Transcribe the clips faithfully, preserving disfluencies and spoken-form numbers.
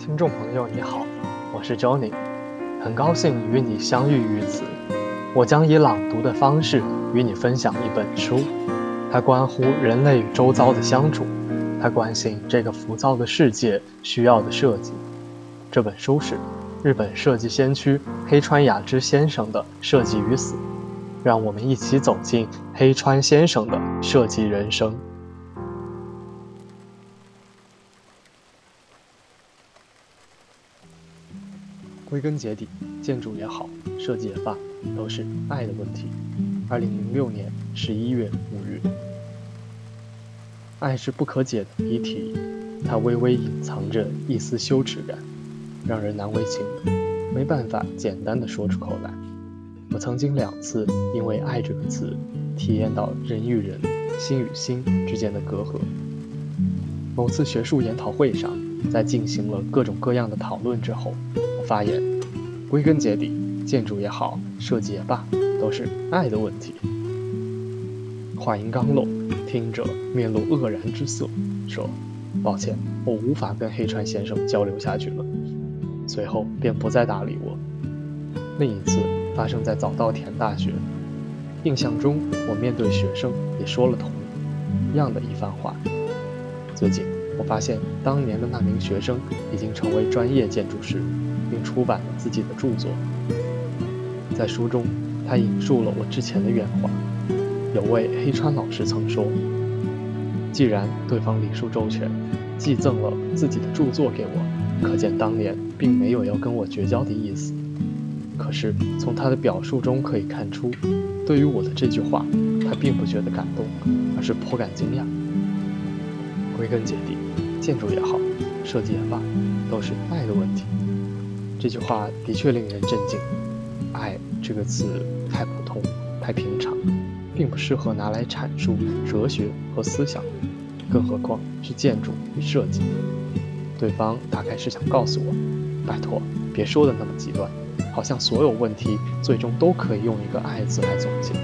听众朋友你好，我是 Johnny， 很高兴与你相遇于此。我将以朗读的方式与你分享一本书，它关乎人类与周遭的相处，它关心这个浮躁的世界需要的设计。这本书是日本设计先驱黑川雅之先生的《设计与死》，让我们一起走进黑川先生的设计人生。归根结底，建筑也好，设计也罢，都是爱的问题。二零零六年十一月五日，爱是不可解的谜题，它微微隐藏着一丝羞耻感，让人难为情，没办法简单的说出口来。我曾经两次因为爱这个词，体验到人与人、心与心之间的隔阂。某次学术研讨会上，在进行了各种各样的讨论之后，我发言，归根结底，建筑也好，设计也罢，都是爱的问题。话音刚落，听者面露愕然之色，说：“抱歉，我无法跟黑川先生交流下去了。”随后便不再搭理我。另一次发生在早稻田大学，印象中我面对学生也说了同样的一番话。最近我发现当年的那名学生已经成为专业建筑师，并出版了自己的著作。在书中，他引述了我之前的原话。有位黑川老师曾说，既然对方礼数周全，寄赠了自己的著作给我，可见当年并没有要跟我绝交的意思。可是从他的表述中可以看出，对于我的这句话，他并不觉得感动，而是颇感惊讶。归根结底，建筑也好，设计也罢，都是爱的问题。这句话的确令人震惊。爱这个词太普通，太平常，并不适合拿来阐述哲学和思想，更何况是建筑与设计。对方大概是想告诉我，拜托，别说的那么极端，好像所有问题最终都可以用一个爱字来总结。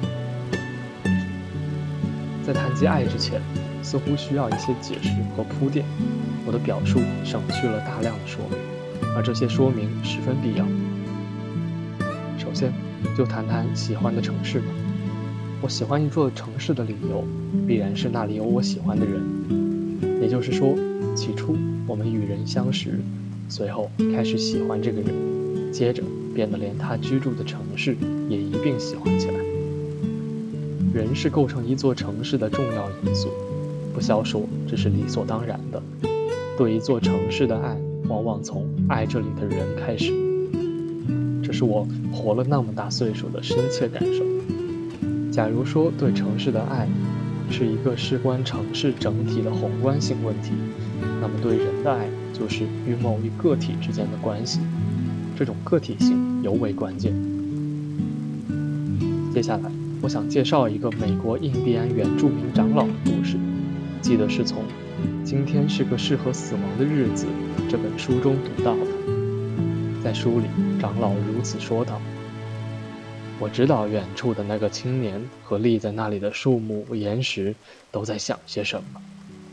在谈及爱之前，似乎需要一些解释和铺垫，我的表述省去了大量的说明，而这些说明十分必要。首先，就谈谈喜欢的城市吧。我喜欢一座城市的理由，必然是那里有我喜欢的人。也就是说，起初我们与人相识，随后开始喜欢这个人，接着变得连他居住的城市也一并喜欢起来。人是构成一座城市的重要因素，不消说这是理所当然的。对一座城市的爱，往往从爱这里的人开始。这是我活了那么大岁数的深切感受。假如说对城市的爱是一个事关城市整体的宏观性问题，那么对人的爱就是与某一个体之间的关系，这种个体性尤为关键。接下来我想介绍一个美国印第安原住民长老的故事，记得是从《今天是个适合死亡的日子》这本书中读到的。在书里，长老如此说道：我知道远处的那个青年和立在那里的树木岩石都在想些什么。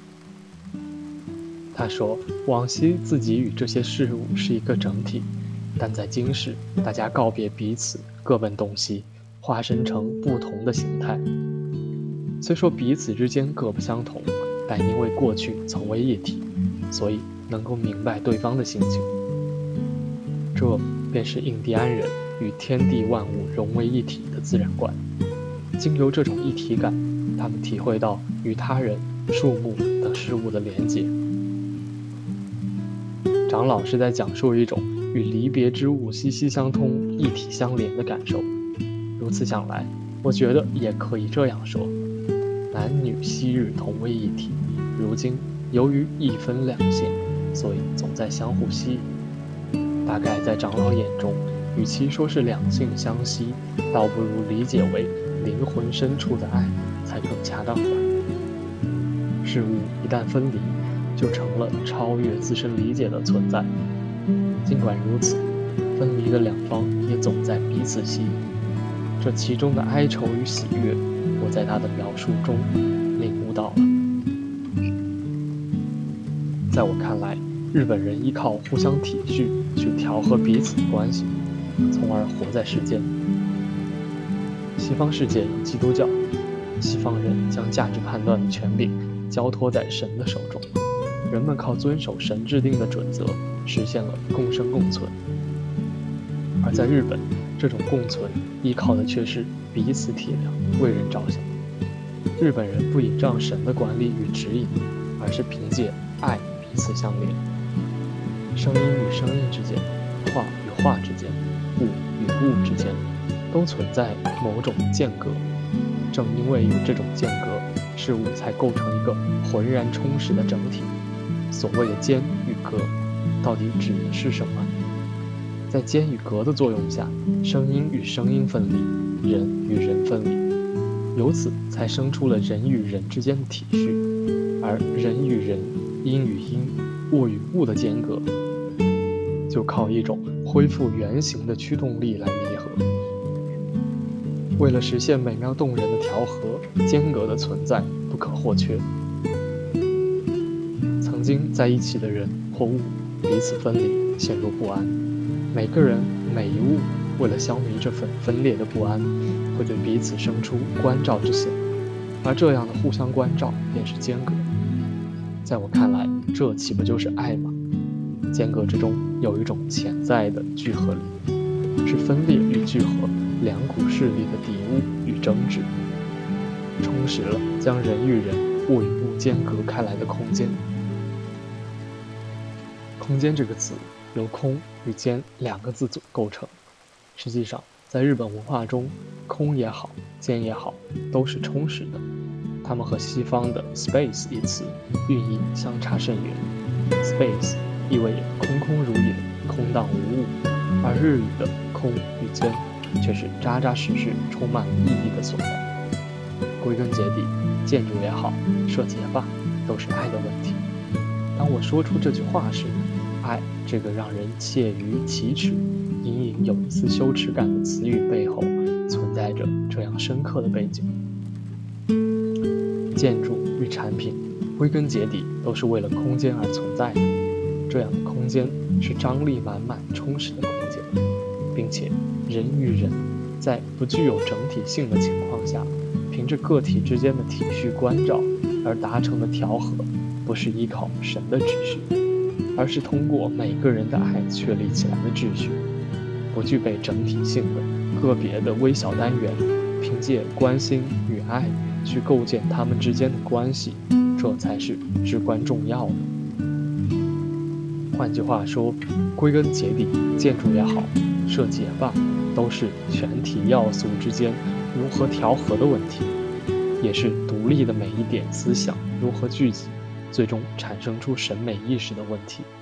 他说，往昔自己与这些事物是一个整体，但在今世，大家告别彼此，各奔东西，化身成不同的形态。虽说彼此之间各不相同，但因为过去曾为一体，所以能够明白对方的心情。这便是印第安人与天地万物融为一体的自然观。经由这种一体感，他们体会到与他人、树木等事物的连结。长老是在讲述一种与离别之物息息相通、一体相连的感受。如此想来，我觉得也可以这样说：男女昔日同为一体，如今由于一分两性，所以总在相互吸引。大概在长老眼中，与其说是两性相吸，倒不如理解为灵魂深处的爱才更恰当吧。事物一旦分离，就成了超越自身理解的存在。尽管如此，分离的两方也总在彼此吸引。这其中的哀愁与喜悦，我在他的描述中领悟到了。在我看来， 日本人依靠互相体恤去调和彼此的关系，从而活在世间。西方世界有基督教，西方人将价值判断的权柄交托在神的手中，人们靠遵守神制定的准则，实现了共生共存。而在日本，这种共存依靠的却是彼此体谅，为人着想。日本人不倚仗神的管理与指引，而是凭借爱彼此相连。声音与声音之间，话与话之间，物与物之间，都存在某种间隔。正因为有这种间隔，事物才构成一个浑然充实的整体。所谓的间与隔，到底指的是什么？在间与隔的作用下，声音与声音分离，人与人分离，由此才生出了人与人之间的体恤。而人与人、音与音、物与物的间隔，就靠一种恢复原形的驱动力来弥合。为了实现美妙动人的调和，间隔的存在不可或缺。曾经在一起的人或物彼此分离，陷入不安。每个人每一物为了消弭这份分裂的不安，会对彼此生出关照之心，而这样的互相关照便是间隔。在我看来，这岂不就是爱吗？间隔之中有一种潜在的聚合力，是分裂与聚合两股势力的抵物与争执，充实了将人与人、物与物间隔开来的空间。空间这个词由空与间两个字组构成。实际上，在日本文化中，空也好，间也好，都是充实的。它们和西方的 space 一词寓意相差甚远。space 意味着空空如也，空荡无物，而日语的空与间却是扎扎实实充满了意义的所在。归根结底，建筑也好，设计也罢，都是爱的问题。当我说出这句话时，爱这个让人怯于启齿、隐隐有一丝羞耻感的词语背后，存在着这样深刻的背景。建筑与产品归根结底都是为了空间而存在的，这样的空间是张力满满、充实的空间，并且人与人在不具有整体性的情况下，凭着个体之间的体恤关照而达成的调和，不是依靠神的秩序，而是通过每个人的爱确立起来的秩序。不具备整体性的个别的微小单元，凭借关心与爱去构建他们之间的关系，这才是至关重要的。换句话说，归根结底，建筑也好，设计也罢，都是全体要素之间如何调和的问题，也是独立的每一点思想如何聚集，最终产生出审美意识的问题。